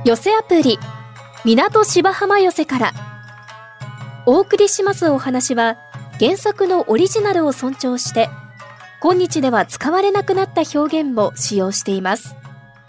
寄せアプリ港芝浜寄せからお送りしますお話は、原作のオリジナルを尊重して今日では使われなくなった表現も使用しています。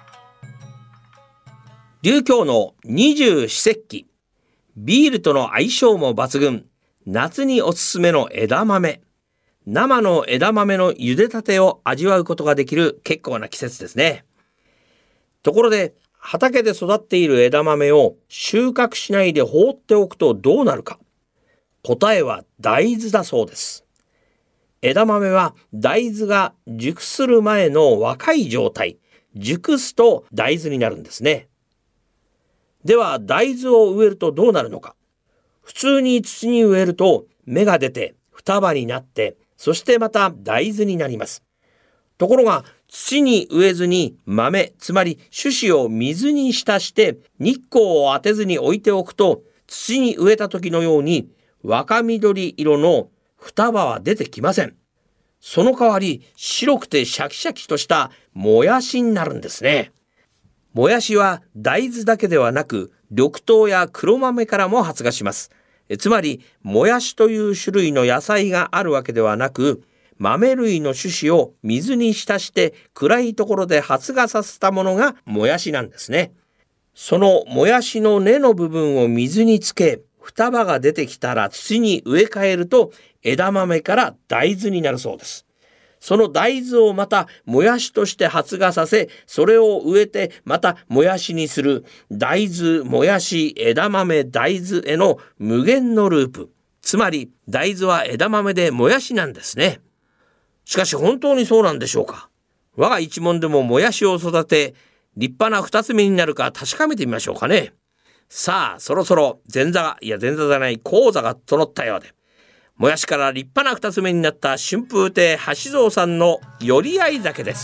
琉教の二十四節気、ビールとの相性も抜群、夏におすすめの枝豆。生の枝豆の茹でたてを味わうことができる結構な季節ですね。ところで、畑で育っている枝豆を収穫しないで放っておくとどうなるか。答えは大豆だそうです。枝豆は大豆が熟する前の若い状態、熟すと大豆になるんですね。では大豆を植えるとどうなるのか。普通に土に植えると芽が出て双葉になって、そしてまた大豆になります。ところが土に植えずに豆、つまり種子を水に浸して日光を当てずに置いておくと、土に植えた時のように若緑色の双葉は出てきません。その代わり白くてシャキシャキとしたもやしになるんですね。もやしは大豆だけではなく緑豆や黒豆からも発芽します。つまりもやしという種類の野菜があるわけではなく、豆類の種子を水に浸して暗いところで発芽させたものがもやしなんですね。そのもやしの根の部分を水につけ、双葉が出てきたら土に植え替えると枝豆から大豆になるそうです。その大豆をまたもやしとして発芽させ、それを植えてまたもやしにする大豆、もやし、枝豆、大豆への無限のループ。つまり大豆は枝豆でもやしなんですね。しかし本当にそうなんでしょうか。我が一門でももやしを育て、立派な二つ目になるか確かめてみましょうかね。さあ、そろそろ前座じゃない後座が整ったようで、もやしから立派な二つ目になった春風亭橋蔵さんの寄り合い酒です。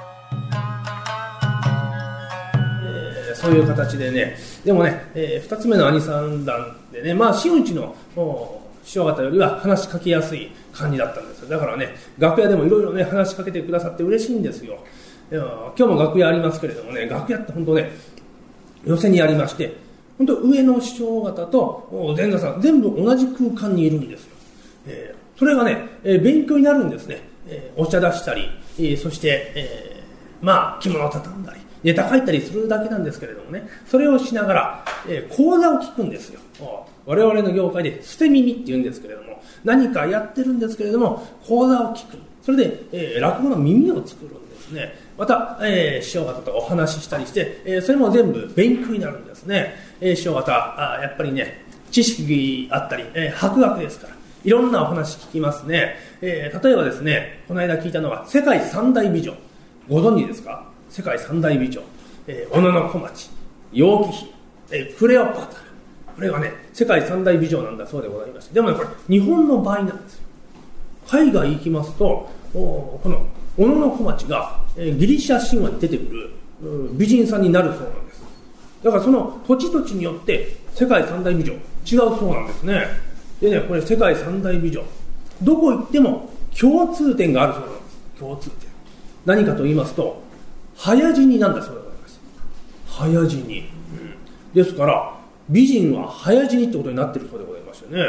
そういう形でね、でもね、二つ目の兄さん団でね、真打ちの師匠方よりは話しかけやすい感じだったんですよ。だからね、楽屋でもいろいろね話しかけてくださって嬉しいんですよ。今日も楽屋ありますけれどもね、楽屋って本当ね、寄席にありまして、本当上の師匠方と前座さん全部同じ空間にいるんですよ。それがね、勉強になるんですね。お茶出したり、そして、着物を畳んだりネタ書いたりするだけなんですけれどもね、それをしながら、講座を聞くんですよ。我々の業界で捨て耳って言うんですけれども、何かやってるんですけれども講座を聞く、それで、落語の耳を作るんですね。また、師匠方とお話ししたりして、それも全部勉強になるんですね。師匠方やっぱりね、知識あったり、博学ですからいろんなお話聞きますね。例えばですね、この間聞いたのは世界三大美女、ご存知ですか？世界三大美女、小野小町、楊貴妃、クレオパトラ、これがね世界三大美女なんだそうでございまして、でもねこれ日本の場合なんですよ。海外行きますとこの小野小町が、ギリシャ神話に出てくる美人さんになるそうなんです。だからその土地土地によって世界三大美女違うそうなんですね。でね、これ世界三大美女どこ行っても共通点があるそうなんです。共通点何かと言いますと早死になんだそうでございます。早死に、ですから美人は早死にってことになっているそうでございましてね。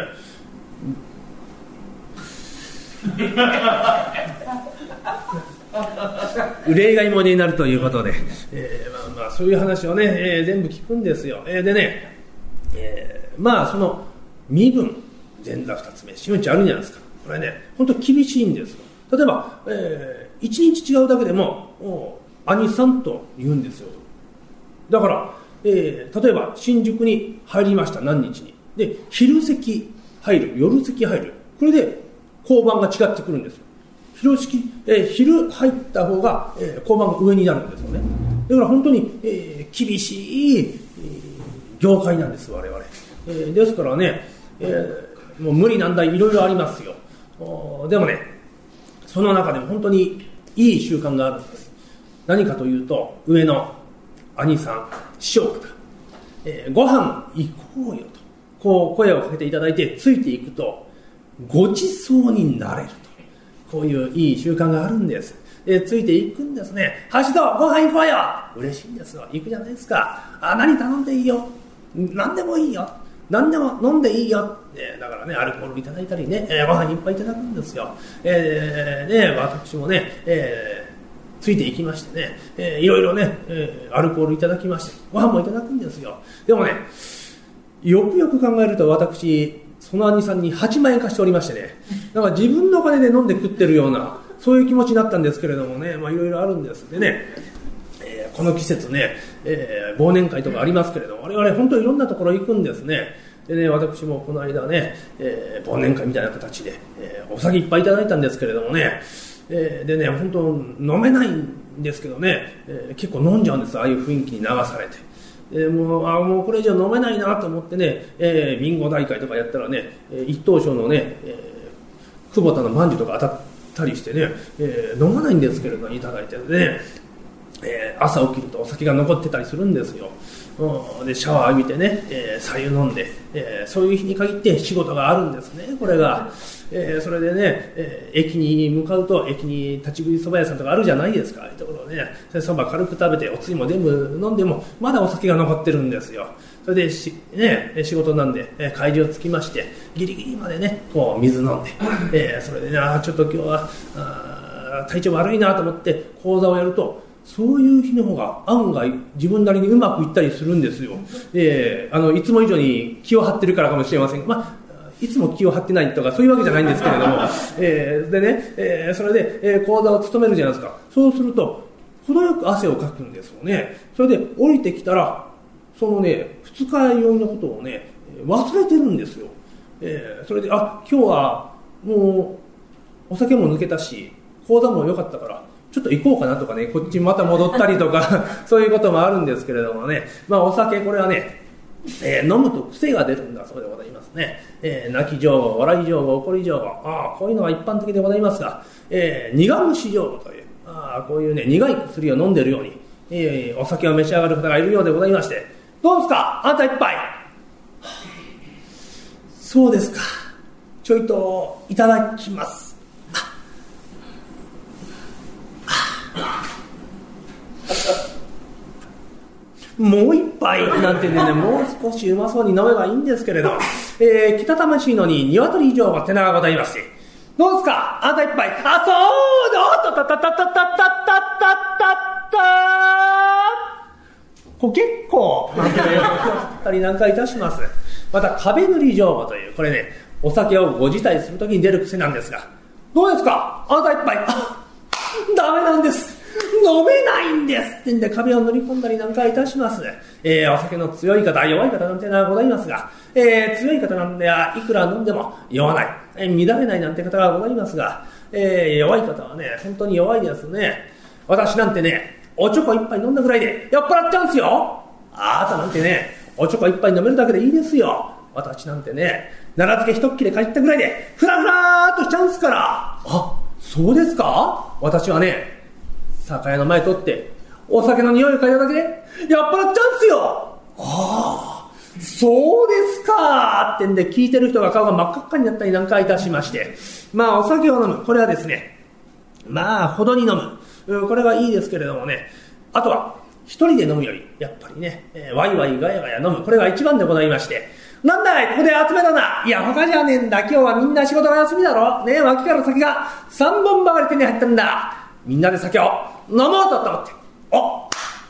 憂いがいもになるということで、そういう話をね、全部聞くんですよ。でね、その身分前座二つ目真打ちあるじゃないですか。これね本当厳しいんですよ。例えば、一日違うだけでも兄さんと言うんですよ。だから、例えば新宿に入りました。何日にで昼席入る夜席入る、これで交番が違ってくるんですよ。昼入った方が、交番が上になるんですよね。だから本当に、厳しい、業界なんです我々。ですからね、もう無理難題いろいろありますよ。でもねその中でも本当にいい習慣があるんです。何かというと、上の兄さん師匠方、ご飯行こうよとこう声をかけていただいてついていくとごちそうになれると、 こういういい習慣があるんです。ついていくんですね。橋戸、ご飯行こうよ。嬉しいんですよ。行くじゃないですか。何頼んでいいよ。何でもいいよ。何でも飲んでいいよ。だからね、アルコールいただいたりね、ご飯いっぱいいただくんですよ。私もね、ついていきましてね、いろいろね、アルコールいただきまして、ご飯もいただくんですよ。でもね、よくよく考えると私、その兄さんに8万円貸しておりましてね、なんか自分のお金で飲んで食ってるような、そういう気持ちになったんですけれどもね、いろいろあるんです。でね、この季節ね、忘年会とかありますけれども、我々本当にいろんなところ行くんですね。でね、私もこの間ね、忘年会みたいな形で、お酒いっぱいいただいたんですけれどもね、でね、本当飲めないんですけどね、結構飲んじゃうんです。ああいう雰囲気に流されて。もうこれ以上飲めないなと思ってね、ビンゴ大会とかやったらね、一等賞のね、久保田のまんじゅうとか当たったりしてね、飲まないんですけれどもいただいてね、朝起きるとお酒が残ってたりするんですよ。でシャワー浴びてね、白湯飲んで、そういう日に限って仕事があるんですね、これが。それでね、駅に向かうと、駅に立ち食いそば屋さんとかあるじゃないですか。ああいうところね、そば軽く食べておつゆも全部飲んでもまだお酒が残ってるんですよ。それで仕事なんで、会場着きましてギリギリまでねこう水飲んで、それでねちょっと今日は体調悪いなと思って講座をやると、そういう日の方が案外自分なりにうまくいったりするんですよ。いつも以上に気を張ってるからかもしれませんが、いつも気を張ってないとかそういうわけじゃないんですけれども、でね、それで、講座を務めるじゃないですか。そうすると程よく汗をかくんですよね。それで降りてきたらそのね二日酔いのことをね忘れてるんですよ。それで今日はもうお酒も抜けたし講座も良かったからちょっと行こうかなとかね、こっちまた戻ったりとかそういうこともあるんですけれどもね、お酒これはね、飲むと癖が出るんだそうでございますね。泣き上戸、笑い上戸、怒り上戸、こういうのは一般的でございますが、苦虫上戸というこういうね苦い薬を飲んでいるように、お酒を召し上がる方がいるようでございまして、どうですかあんた一杯。そうですか、ちょいといただきます。もう一杯なんてね、もう少しうまそうに飲めばいいんですけれど、北魂のに鶏以上は手長ございまして、どうですかあんた一杯。そうだたたたたたたたたたこれ結構なんてね、気をつけたりなんかいたします。また壁塗り上戸という、これねお酒をご自体するときに出る癖なんですが、どうですかあんた一杯。ダメなんです、飲めないんですってんで壁を塗り込んだりなんかいたします。お酒の強い方弱い方なんてのはございますが、強い方なんではいくら飲んでも酔わない、乱れないなんて方がございますが、弱い方はね本当に弱いですね。私なんてねおちょこ一杯飲んだぐらいで酔っ払っちゃうんですよ。あなたなんてねおちょこ一杯飲めるだけでいいですよ。私なんてね奈良漬け一っきり帰ったぐらいでフラフラーっとしちゃうんですから。そうですか。私はね酒屋の前通ってお酒の匂いを嗅いだだけで酔っ払っちゃうんですよ。そうですかってんで聞いてる人が顔が真っ赤っかになったりなんかいたしまして、お酒を飲む、これはですねほどに飲む、これはいいですけれどもね、あとは一人で飲むよりやっぱりね、ワイワイガヤガヤ飲む、これが一番でございまして、なんだいここで集めたな。いや他じゃねえんだ、今日はみんな仕事が休みだろねえ、脇から酒が3本ばかり手に入ったんだ。みんなで酒を飲もうと思って、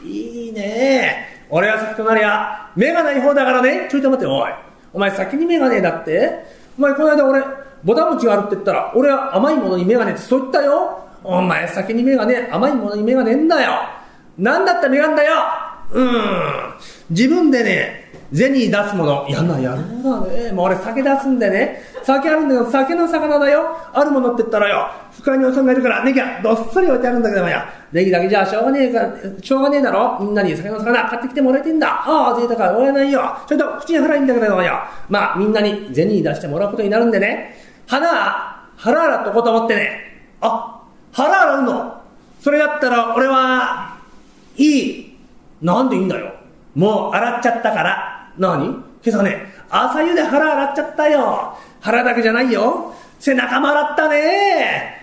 いいね、俺は酒となりゃ目がない方だからね。ちょいと待って、お前酒に目がねえだって。お前この間俺ぼた餅があるって言ったら俺は甘いものに目がねえってそう言ったよ。お前酒に目がねえ、甘いものに目がねえんだよ。なんだったら目がんだよ。自分でね銭出すものやんなやるものだね。もう俺酒出すんでね、酒あるんだけど酒の魚だよ。あるものって言ったらよ、深におさんがいるからネギがどっさり置いてあるんだけどもや、ネギだけじゃしょうがねえだろ。みんなに酒の魚買ってきてもらえてんだ。贅沢は追えないよ。ちょっと口に払いんだけどもよ、みんなに銭出してもらうことになるんでね、腹洗っとこうと思ってね。腹洗うの、それだったら俺はいい。なんでいいんだよ、もう洗っちゃったから。何今朝ね朝湯で腹洗っちゃったよ。腹だけじゃないよ、背中も洗ったね。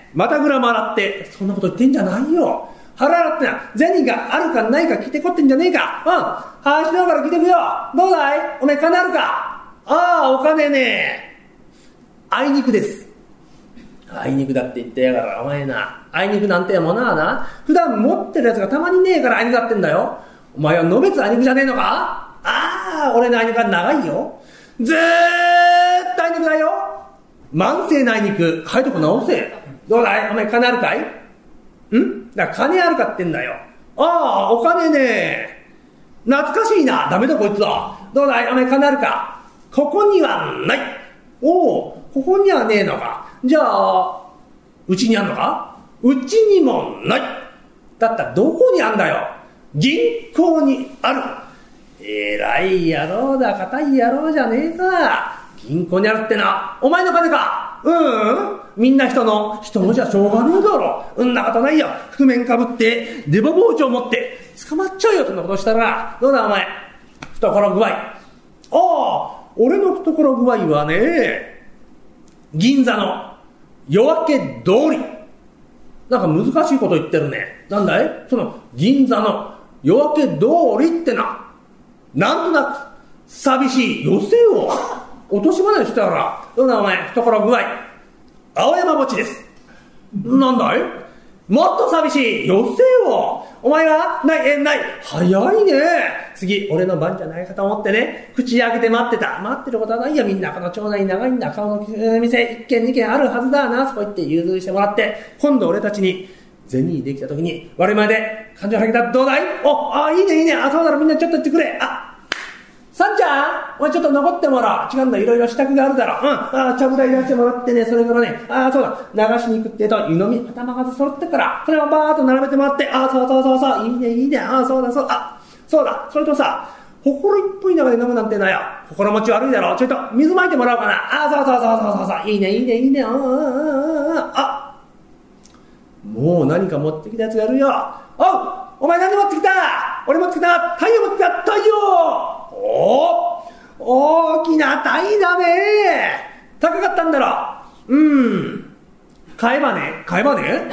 またぐらも洗って、そんなこと言ってんじゃないよ。腹洗ってな、銭があるかないか聞いてこってんじゃねえか。林の方から聞いてくよ。どうだい？おめえ金あるか？ああ、お金ね。あいにくです。あいにくだって言ってやがら、お前な、あいにくなんてものはな、普段持ってるやつがたまにねえからあいにくだってんだよ。お前はのべつあいにくじゃねえのか？ああ、俺のあいにくは長いよ。ずーっとあいにくだよ。慢性なあいにく、かいとこ直せ。どうだい？お前金あるかい？だから金あるかってんだよ。ああ、お金ね。懐かしいな。ダメだこいつは。どうだい？お前金あるか？ここにはない。おお、ここにはねえのか。じゃあ、うちにあんのか？うちにもない。だったらどこにあんだよ。銀行にある。えらい野郎だ、固い野郎じゃねえか。銀行にあるってな、お前の金か？みんな人のじゃしょうがねえだろ。んなことないよ。覆面かぶって出刃包丁持って捕まっちゃうよ。そんなことしたら。どうだお前、懐具合。ああ、俺の懐具合はね、銀座の夜明け通り。なんか難しいこと言ってるね。なんだい？その銀座の夜明け通りってなんとなく寂しい余生を落とし花にしたから。どうだお前、懐具合。青山墓地です。なんだい？もっと寂しい余生を。お前はない。早いね。次俺の番じゃないかと思ってね、口開けて待ってた。待ってることはないよ。みんなこの町内長いんだ。顔の店1軒2軒あるはずだな。そこ行って融通してもらって、今度俺たちに銭できた時に割れ前で勘定入れた。どうだい？いいね。そうならみんなちょっと言ってくれ。さんちゃん、お前ちょっと残ってもらう。違うんだ、いろいろ支度があるだろ。ちゃぶ台出してもらってね、それからね、そうだ、流しに行くってと、湯飲み、頭数揃ってから、それをバーッと並べてもらって、そう、いいね、そうだ、それとさ、心いっぱい中で飲むなんてなよ。心持ち悪いだろ。ちょっと水まいてもらおうかな。そう、いいね。もう何か持ってきたやつがいるよ。お前何持ってきた？俺持ってきた。太陽持ってきた。太陽。大きな鯛だね。高かったんだろ。買えばね。買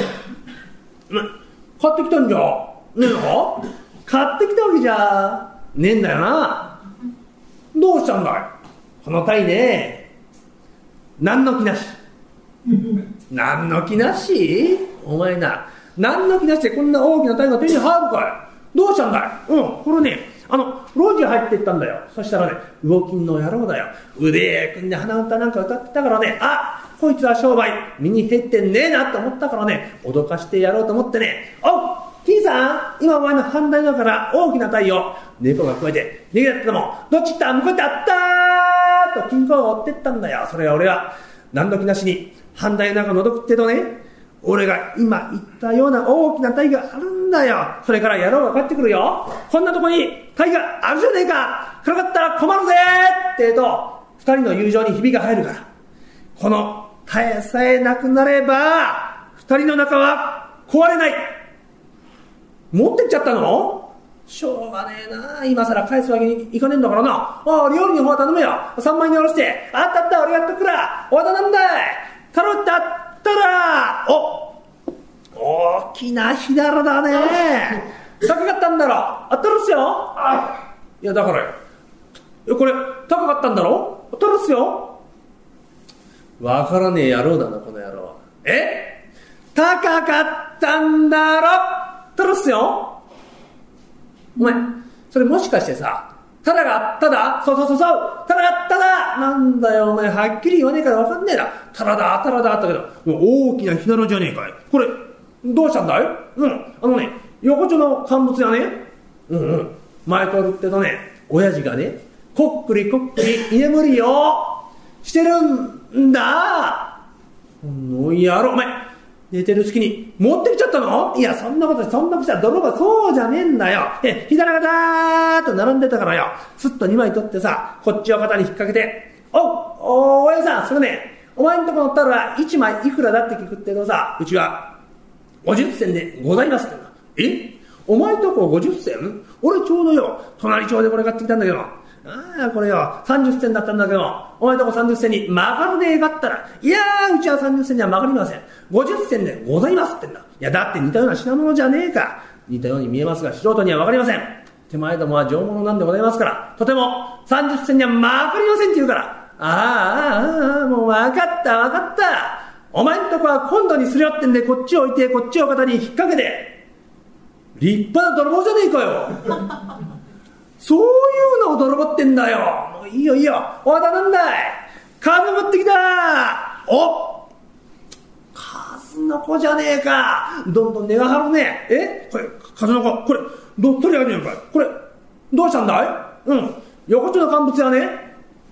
ってきたんじゃねえの？買ってきたわけじゃねえんだよな。どうしたんだいこの鯛ね。何の気なし。何の気なし？お前な、何の気なしでこんな大きな鯛が手に入るかい？どうしたんだい？これね、路地入っていったんだよ。そしたらね、魚金の野郎だよ。腕組んで鼻歌なんか歌ってたからね、こいつは商売身に減ってねえなと思ったからね、脅かしてやろうと思ってね、金さん、今お前の反対側から大きな鯛を猫が越えて逃げたってのも、どっち行った？向こう行ってあったーと金庫を追ってったんだよ。それは俺は何の気なしに反対の中を覗くってとね、俺が今言ったような大きな鯛があるんだよ。それから野郎が帰ってくるよ。こんなとこに鯛があるじゃねえか。暗かったら困るぜってと、二人の友情にひびが入るから、この鯛さえなくなれば二人の仲は壊れない。持ってっちゃったの？しょうがねえな。今さら返すわけにいかねえんだからな。料理の方は頼めよ。3枚におろして。あった俺やっとくから。おわたなんだい。太郎ってあったら、大きな火だらだね。高かったんだろ。あったらっすよ。いやだからよ、これ高かったんだろ。あったらっすよ。わからねえ野郎だなこの野郎。高かったんだろ。あったらっすよ。お前それもしかしてさ、ただがあっただ。そう、ただがあっただ。なんだよお前、はっきり言わねえからわかんねえな。ただだあったけど、大きなひなのじゃねえかい。これどうしたんだい？横丁の乾物屋ね。前通るってとね、親父がね、こっくり居眠りをしてるんだ。野郎、お前寝てる隙に持ってきちゃったの？いや、そんなことしたら泥がそうじゃねえんだよ。左がだーっと並んでたからよ、すっと2枚取ってさ、こっちを肩に引っ掛けて、おやさん、それね、お前んとこ乗ったら1枚いくらだって聞くってのさ、うちは50銭でございますって。お前んとこ50銭？俺ちょうどよ、隣町でこれ買ってきたんだけど、 これよ、30銭だったんだけど、お前とこ30銭に曲がるねえかったら、いやー、うちは30銭には曲がりません。50銭でございますってんだ。いや、だって似たような品物じゃねえか。似たように見えますが、素人にはわかりません。手前どもは上物なんでございますから、とても30銭には曲がりませんって言うから、もうわかった。お前んとこは今度にすりゃってんで、こっちを置いて、こっちを肩に引っ掛けて、立派な泥棒じゃねえかよ。そういうのを泥棒ってんだよ。もういいよ。お前なんだい。数持ってきた。お、数の子じゃねえか。どんどん値が張るね。これ、数の子。これ、どっとりあるやんかい。これ、どうしたんだい？横丁の乾物屋ね。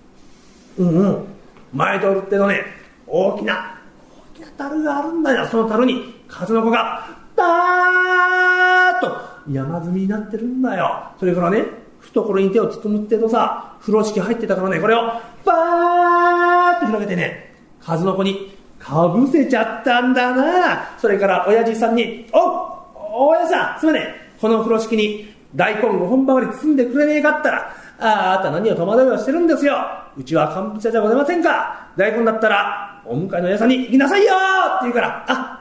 前通るってのね、大きな樽があるんだよ。その樽に、数の子が、ダーッと山積みになってるんだよ。それからね、懐に手を突っ込むってとさ、風呂敷入ってたからね、これをバーッと広げてね、数の子にかぶせちゃったんだな。それから親父さんに、親父さん、すまねえ、この風呂敷に大根5本ばかり包んでくれねえかったら、あなた何を戸惑いをしてるんですよ。うちは乾物屋じゃございませんか。大根だったらお向かいの屋さんに行きなさいよって言うから、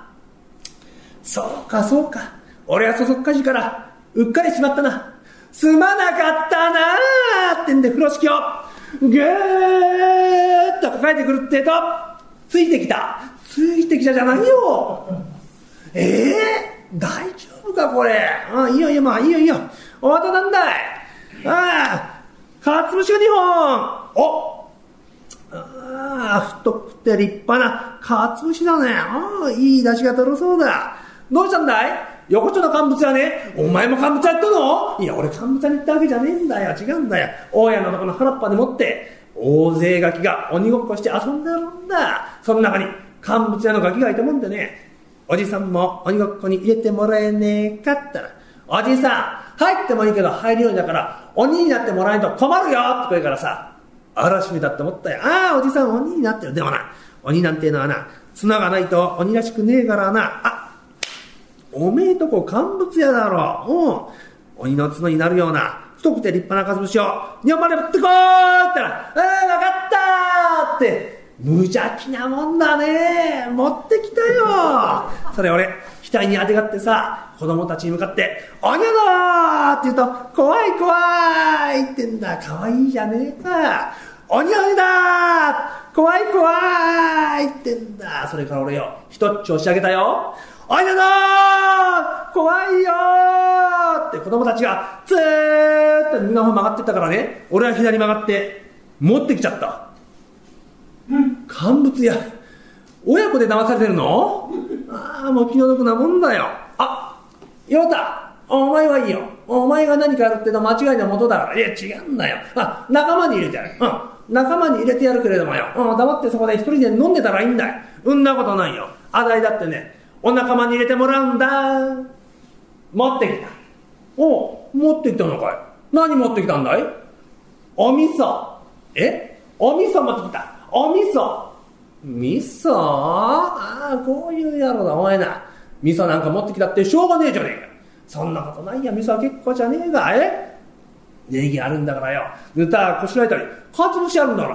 そうか。俺はそそっかしいからうっかりしまったな。すまなかったなーってんで風呂敷をぐーっと抱えてくるってと、ついてきたじゃないよ。大丈夫かこれ。いいよ。おまたなんだい。かつぶしが2本。太くて立派なかつぶしだね。いい出汁が取れそうだ。どうしたんだい。横丁の乾物屋ね。お前も乾物屋やったの？いや、俺乾物屋に行ったわけじゃねえんだよ。違うんだよ。大家のとこの原っぱでもって大勢ガキが鬼ごっこして遊んでるんだ。その中に乾物屋のガキがいたもんでね、おじさんも鬼ごっこに入れてもらえねえかったら、おじさん入ってもいいけど入るようにだから鬼になってもらえんと困るよって声からさ、嵐みだって思ったよ。おじさん鬼になってる。でもな、鬼なんていうのはな、綱がないと鬼らしくねえからな。おめえとこ乾物屋だろ。鬼の角になるような太くて立派なかつぶしを2本まで持ってこーって言ったら、わかったーって無邪気なもんだね。持ってきたよ。それ俺額にあてがってさ、子供たちに向かって鬼だーって言うと、怖いってんだ。かわいいじゃねえか。鬼だー、怖いってんだ。それから俺よ、一っち押し上げたよ。鬼だー、怖いよーって子供たちがずーっと右の方曲がってったからね、俺は左曲がって持ってきちゃった。乾物屋、親子で騙されてるの？もう気の毒なもんだよ。陽太、お前はいいよ。お前が何かやるってのは間違いのもとだから。いや違うんだよ。仲間に入れてやる。仲間に入れてやるけれどもよ、黙ってそこで一人で飲んでたらいいんだよ。そんなことないよ。あだいだってね、お仲間に入れてもらうんだ。持ってきた。持ってきたのかい。何持ってきたんだい。お味噌。お味噌持ってきた。お味噌。味噌？こういう野郎だお前な。味噌なんか持ってきたってしょうがねえじゃねえか。そんなことないや。味噌は結構じゃねえが。ネギあるんだからよ、ぬたこしらえたりかつぶしあるんだから、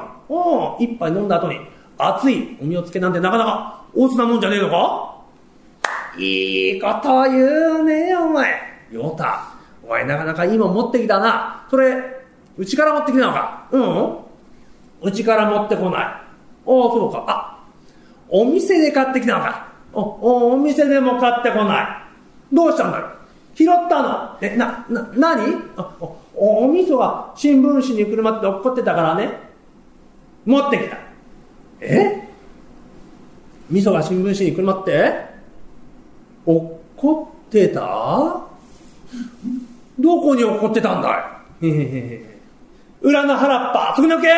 一杯飲んだ後に熱いお身をつけなんてなかなか大津なもんじゃねえのか。いいこと言うねお前。陽太、お前なかなかいいもん持ってきたな。それうちから持ってきたのか。うちから持ってこない。そうか。お店で買ってきたのか。お店でも買ってこない。どうしたんだよ。拾ったの。何？お味噌が新聞紙にくるまって落っこってたからね、持ってきた。味噌が新聞紙にくるまって落っこってた？どこに落っこってたんだい。裏の原っぱ、そこに置け。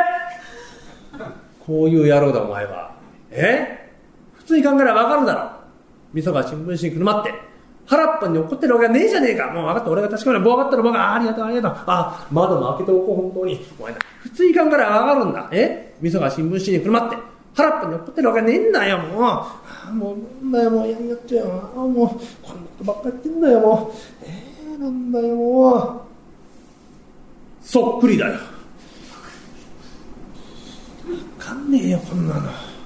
こういう野郎だお前は。普通に考えればわかるだろ。味噌が新聞紙にくるまって原っぱに落っこってるわけがねえじゃねえか。もう分かった、俺が確かめる。棒上がったら棒が、ありがとう。窓も開けておこう、本当に。お前な、普通に考えれば分かるんだ。味噌が新聞紙にくるまって原っぱに落っこってるわけねえんだよ。もうなんだよ、もう嫌になっちゃうよ。もうこんなことばっかり言ってんだよ。もうなんだよ、もう。 そっくりだよ。わかんねえよこんなの。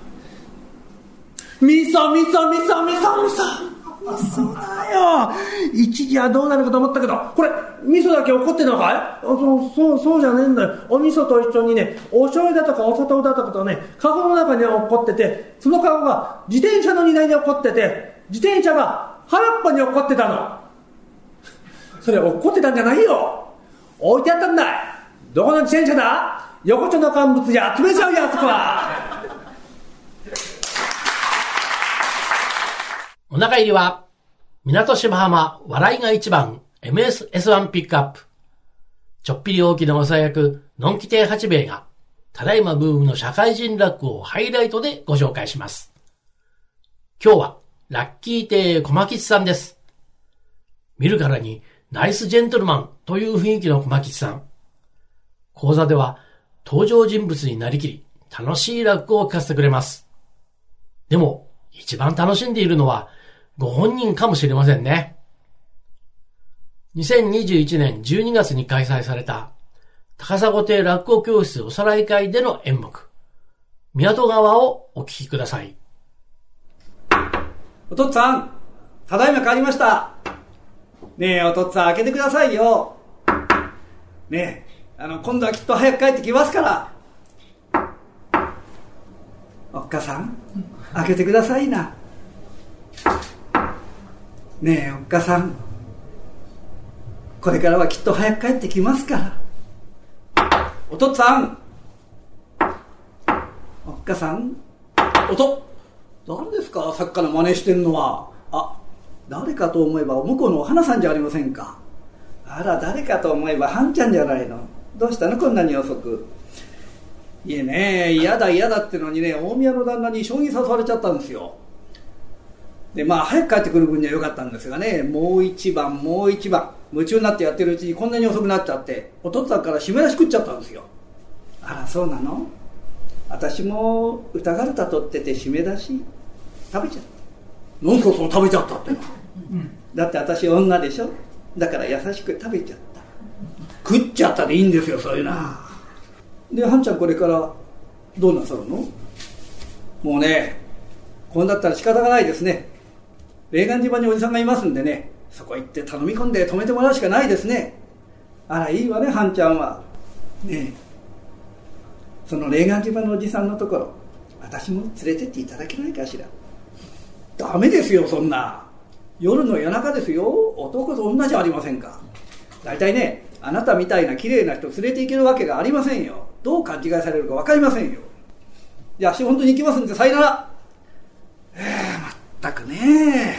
味噌だよ。一時はどうなるかと思ったけど、これ味噌だけ怒ってんのかい？そうじゃねえんだよ。お味噌と一緒にね、お醤油だとかお砂糖だとかとね、カゴの中に落っこってて、そのカゴが自転車の荷台に落っこってて、自転車が原っぱに落っこってたの。それ落っこってたんじゃないよ。置いてあったんだい。どこの自転車だ？横丁の乾物じゃ集めちゃうよ、あそこは。 お腹入りは、港芝浜笑いが一番 MSS1 ピックアップ。ちょっぴり大きなおさ役、のんき亭八兵衛が、ただいまブームの社会人落語をハイライトでご紹介します。今日は、ラッキー亭小牧さんです。見るからに、ナイスジェントルマンという雰囲気の小牧さん。講座では、登場人物になりきり、楽しい落語を聞かせてくれます。でも、一番楽しんでいるのは、ご本人かもしれませんね。2021年12月に開催された高砂亭落語教室おさらい会での演目、港川をお聞きください。 お父っつぁん、ただいま帰りました。ねえお父っつぁん、開けてくださいよ。ねえ、今度はきっと早く帰ってきますから。おっかさん、開けてくださいな。ねえおっかさん、これからはきっと早く帰ってきますから。お父っつぁん、おっかさん、誰ですか、さっきから真似してんのは。誰かと思えば向こうのお花さんじゃありませんか。あら、誰かと思えばはんちゃんじゃないの。どうしたのこんなに遅く。いえね、嫌だってのにね、大宮の旦那に将棋誘われちゃったんですよ。で早く帰ってくる分には良かったんですがね、もう一番夢中になってやってるうちにこんなに遅くなっちゃって、お父っつぁんから締め出し食っちゃったんですよ。あら、そうなの。私も歌がるた取ってて締め出し食べちゃった。なんすかその食べちゃったっての、だって私女でしょ。だから優しく食べちゃった。食っちゃったでいいんですよ、そういうな。で、はんちゃんこれからどうなさるの？もうね、こんだったら仕方がないですね。霊岸島におじさんがいますんでね、そこ行って頼み込んで止めてもらうしかないですね。あら、いいわね、はんちゃんは。ねえ、その霊岸島のおじさんのところ、私も連れてっていただけないかしら。ダメですよ、そんな。夜の夜中ですよ。男と女じゃありませんか。大体ね、あなたみたいな綺麗な人連れて行けるわけがありませんよ。どう勘違いされるか分かりませんよ。じゃあ、本当に行きますんで、さよなら。まったくね。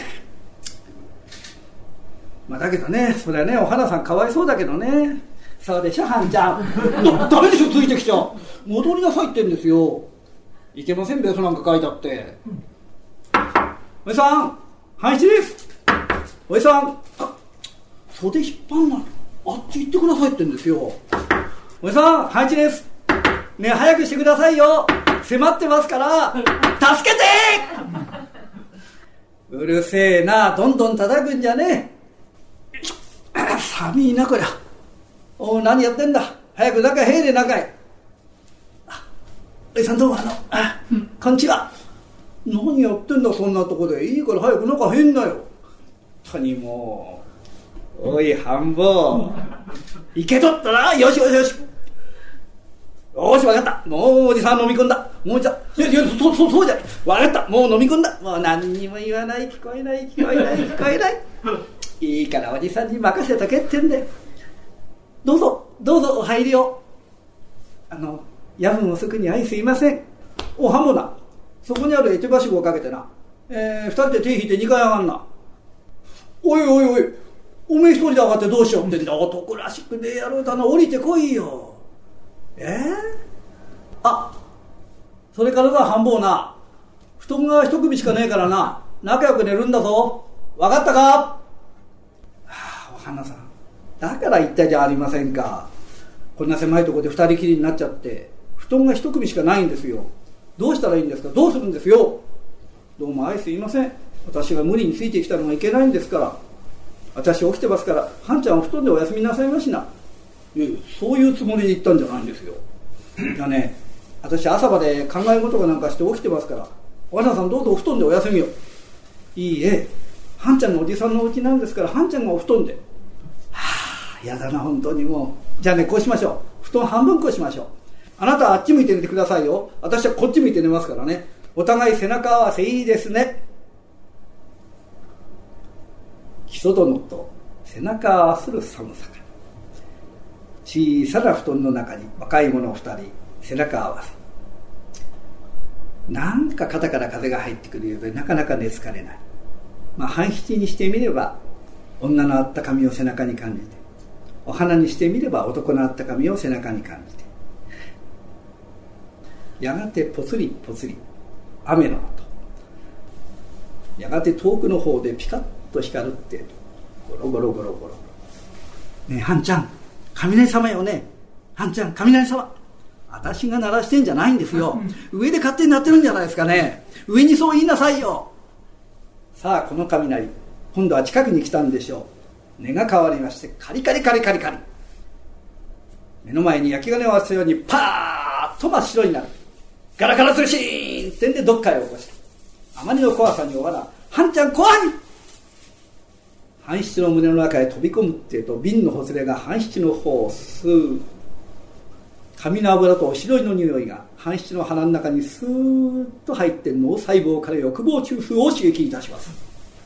だけどね、それはね、お花さんかわいそうだけどね。そうでしょ、はんちゃん。ダメでしょ、ついてきちゃ。戻りなさいってんですよ。いけませんべ、そなんか書いてあって。おじさん、半一です。おじさん、袖引っ張んない。あっち行ってくださいってんですよ。おじさん、半一です。ねえ、早くしてくださいよ。迫ってますから、助けて。うるせえな、どんどん叩くんじゃねえ。寒いなこりゃ。何やってんだ。早く中入れ、中へ。おじさんどうもこんにちは。何やってんだそんなとこで。いいから早く中入んなよ。本当にもう。おい半坊、いけとったな。よし。よし分かった。もうおじさん飲み込んだ。もうじゃそうじゃ。分かった。もう飲み込んだ。もう何にも言わない。聞こえない。いいからおじさんに任せとけってんで。どうぞお入りを。夜分遅くにすいません。ハモな。そこにあるエテバシゴをかけてな。二人で手引いて2階上がんな。おい。おめえ一人で上がってどうしようってんだ。男らしくねえ野郎だな。降りてこいよ。それからだ、半坊な。布団が一組しかねえからな。仲良く寝るんだぞ。分かったか？お花さん。だから言ったじゃありませんか。こんな狭いところで二人きりになっちゃって、布団が一組しかないんですよ。どうしたらいいんですか？どうするんですよ。どうもすいません。私が無理についてきたのがいけないんですから。私起きてますから、はんちゃんお布団でお休みなさいましな。 そういうつもりで言ったんじゃないんですよ。いやね、私朝まで考え事がなんかして起きてますから、お花さんどうぞお布団でお休みを。いいえ、はんちゃんのおじさんのお家なんですから、はんちゃんがお布団で。はあ、やだな本当にもう。じゃあね、こうしましょう。布団半分こうしましょう。あなたはあっち向いて寝てくださいよ。私はこっち向いて寝ますからね。お互い背中合わせいいですね。木曽殿と背中合わせる寒さか。小さな布団の中に若い者2人背中合わせ。なんか肩から風が入ってくるようでなかなか寝つかれない。半七にしてみれば女のあったかみを背中に感じて、お花にしてみれば男のあったかみを背中に感じて、やがてぽつりぽつり雨の音、やがて遠くの方でピカッと光るってゴロゴロゴロゴロ。ねえはんちゃん、雷様よね。はんちゃん、雷様。私が鳴らしてんじゃないんですよ。上で勝手に鳴ってるんじゃないですかね。上にそう言いなさいよ。さあこの雷、今度は近くに来たんでしょう。根が変わりまして、カリカリカリカリカリ、目の前に焼き金を合わせたようにパーッと真っ白になる。ガラガラするしーんってんでどっかへ起こした。あまりの怖さにおわら、はんちゃん怖い。半七の胸の中へ飛び込むってえと、瓶のほつれが半七の方を吸う。髪の油とおしろいの匂いが半七の鼻の中にスーッと入って脳細胞から欲望中枢を刺激いたします。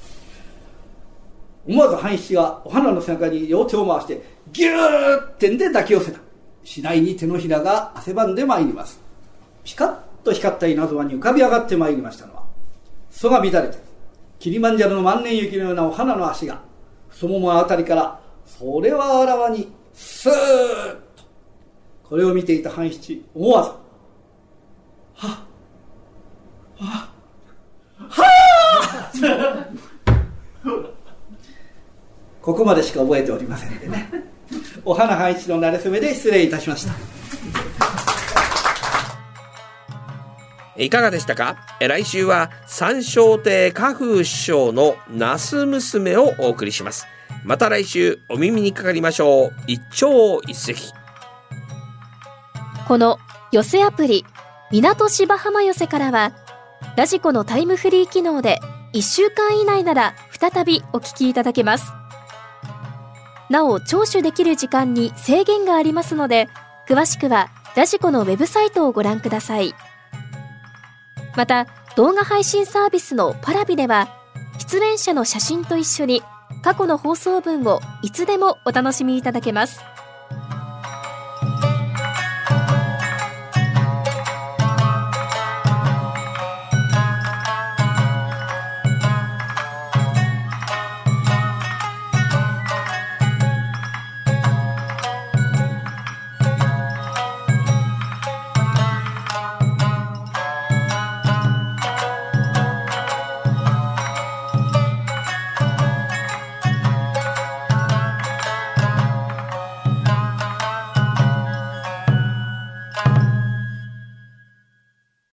思わず半七がお花の背中に両手を回してギューってんで抱き寄せた。次第に手のひらが汗ばんでまいります。ピカッと光った稲妻に浮かび上がってまいりましたのは、裾が乱れてキリマンジャロの万年雪のようなお花の足が太ももあたりから、それはあらわにスーッと。これを見ていた半七、思わずはっはっはっここまでしか覚えておりませんでね。お花半七の馴れ初めで失礼いたしました。 いかがでしたか。来週は三笑亭家風師匠の那須娘をお送りします。また来週お耳にかかりましょう。一朝一夕。 この寄せアプリ港芝浜寄せからは、ラジコのタイムフリー機能で1週間以内なら再びお聞きいただけます。なお聴取できる時間に制限がありますので、詳しくはラジコのウェブサイトをご覧ください。また動画配信サービスのパラビでは、出演者の写真と一緒に過去の放送分をいつでもお楽しみいただけます。